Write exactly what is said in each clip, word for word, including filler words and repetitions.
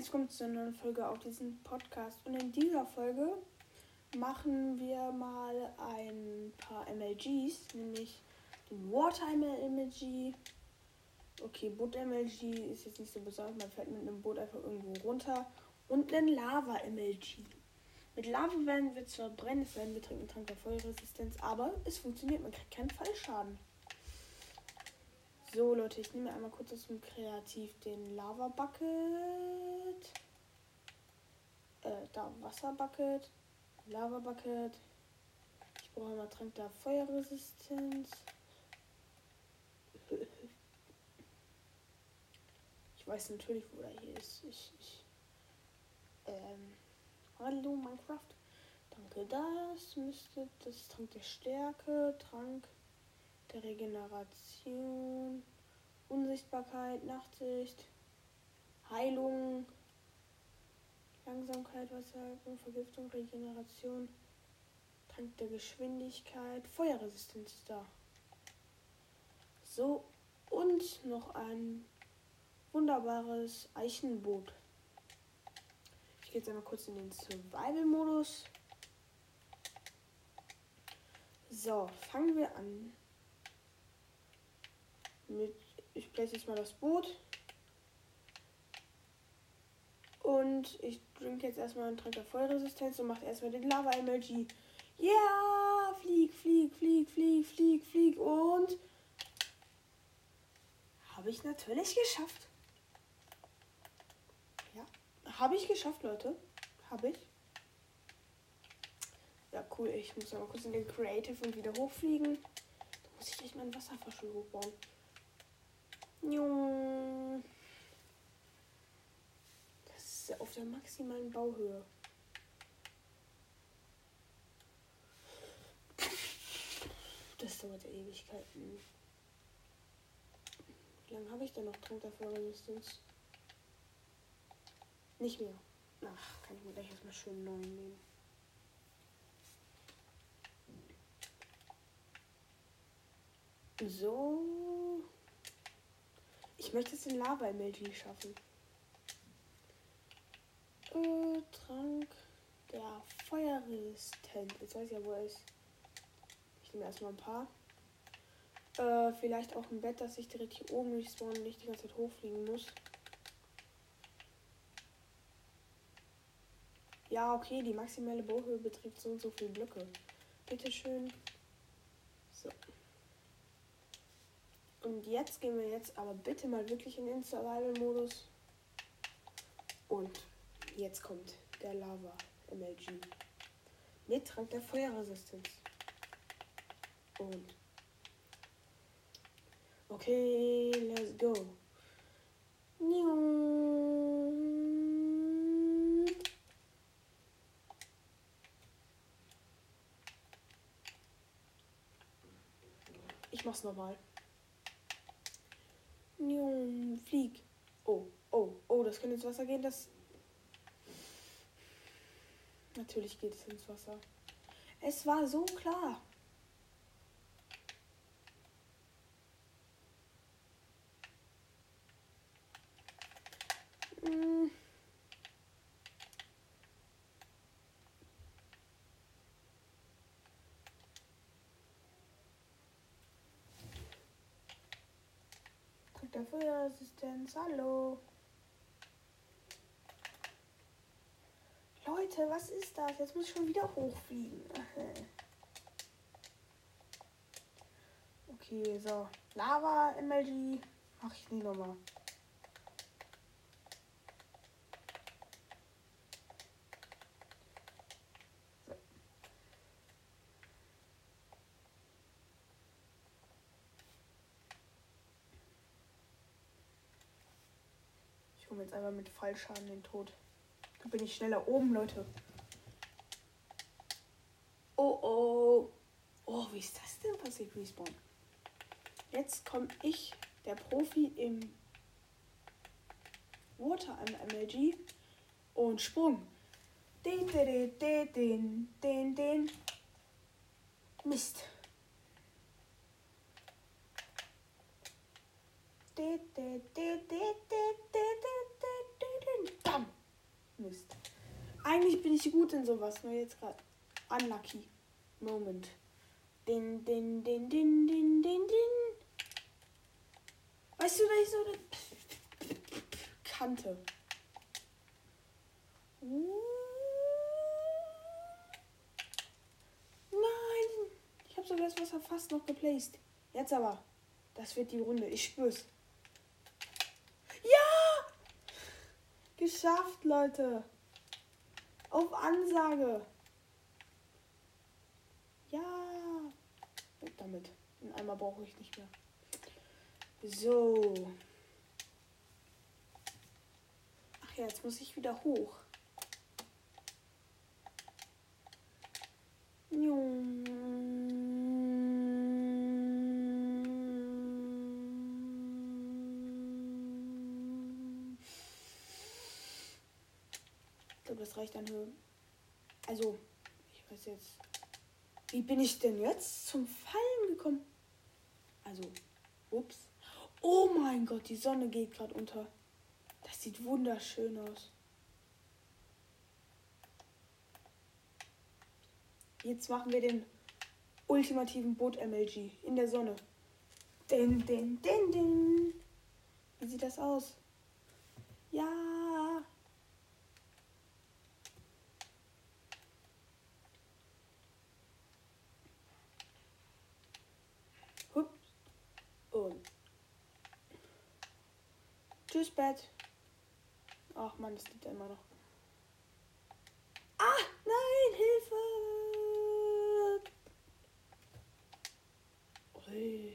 Herzlich willkommen zu einer neuen Folge auf diesem Podcast. Und in dieser Folge machen wir mal ein paar M L Gs, nämlich den Water M L G. Okay, Boot M L G ist jetzt nicht so besonders, man fällt mit einem Boot einfach irgendwo runter. Und einen Lava M L G. Mit Lava werden wir zwar brennen, es werden wir trinken, Trank der Feuerresistenz, aber es funktioniert, man kriegt keinen Fallschaden. So Leute, ich nehme einmal kurz aus dem Kreativ den Lava Bucket. Äh, da Wasser Bucket. Lava Bucket. Ich brauche einmal Trank der Feuerresistenz. Ich weiß natürlich, wo er hier ist. Ich, ich, ähm, hallo Minecraft. Danke, das müsste, das ist Trank der Stärke, Trank der Regeneration, Unsichtbarkeit, Nachtsicht, Heilung, Langsamkeit, Wasserhaltung, Vergiftung, Regeneration, Trank der Geschwindigkeit, Feuerresistenz ist da. So, und noch ein wunderbares Eichenboot. Ich gehe jetzt einmal kurz in den Survival-Modus. So, fangen wir an. Mit, ich place jetzt mal das Boot. Und ich trinke jetzt erstmal einen Trank der Feuerresistenz und mache erstmal den Lava M L G. Ja, flieg, flieg, flieg, flieg, flieg, flieg und habe ich natürlich geschafft. Ja, habe ich geschafft, Leute. Habe ich. Ja, cool. Ich muss noch mal kurz in den Creative und wieder hochfliegen. Da muss ich gleich meinen Wasserfahrstuhl hochbauen. Das ist auf der maximalen Bauhöhe. Das dauert ja Ewigkeiten. Wie lange habe ich denn noch Trank der Feuerresistenz? Nicht mehr. Ach, kann ich mir gleich erstmal schön neu nehmen. So. Ich möchte es in Lava M L G schaffen. Äh, Trank der Feuerresistenz. Jetzt weiß ich ja, wo er ist. Ich nehme erstmal ein paar. Äh, vielleicht auch ein Bett, dass ich direkt hier oben nicht spawnen und nicht die ganze Zeit hochfliegen muss. Ja, okay, die maximale Bauhöhe beträgt so und so viele Blöcke. Bitteschön. So. Und jetzt gehen wir jetzt aber bitte mal wirklich in den Survival-Modus. Und jetzt kommt der Lava M L G. Mit Trank der Feuerresistenz. Und okay, let's go. Ich mach's nochmal. Flieg. Oh, oh, oh, das könnte ins Wasser gehen. Das. Natürlich geht es ins Wasser. Es war so klar. Hm. Trank der Feuerresistenz, hallo. Leute, was ist das? Jetzt muss ich schon wieder hochfliegen. Okay, so. Lava M L G. Mach ich nicht nochmal. So. Ich komme jetzt einfach mit Fallschaden den Tod. Da bin ich schneller oben, Leute. Oh, oh. Oh, wie ist das denn passiert, Respawn? Jetzt komme ich, der Profi im Water M L G und Sprung. Den, den, den, den, den, den. Mist. Den, den, den, den, den, den, den, den. Bam. Eigentlich bin ich gut in sowas, nur jetzt gerade. Unlucky Moment. Din, din, din, din, din, din, din. Weißt du, da ist so eine Kante. Nein! Ich habe sogar das Wasser fast noch geplaced. Jetzt aber. Das wird die Runde. Ich spür's. Ja! Geschafft, Leute. Auf Ansage. Ja. Und damit. Den Eimer brauche ich nicht mehr. So. Ach ja, jetzt muss ich wieder hoch. Ich glaube, das reicht an Höhe. Also, ich weiß jetzt. Wie bin ich denn jetzt zum Fallen gekommen? Also, ups. Oh mein Gott, die Sonne geht gerade unter. Das sieht wunderschön aus. Jetzt machen wir den ultimativen Boot-M L G in der Sonne. Din, din, din, din. Wie sieht das aus? Ja. Hup. Und. Tschüss, Bett. Ach man, das liegt immer noch. Ah, nein, Hilfe. Ui.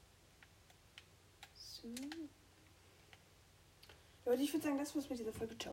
So. Leute, ich würde sagen, das war's mit dieser Folge. Ciao.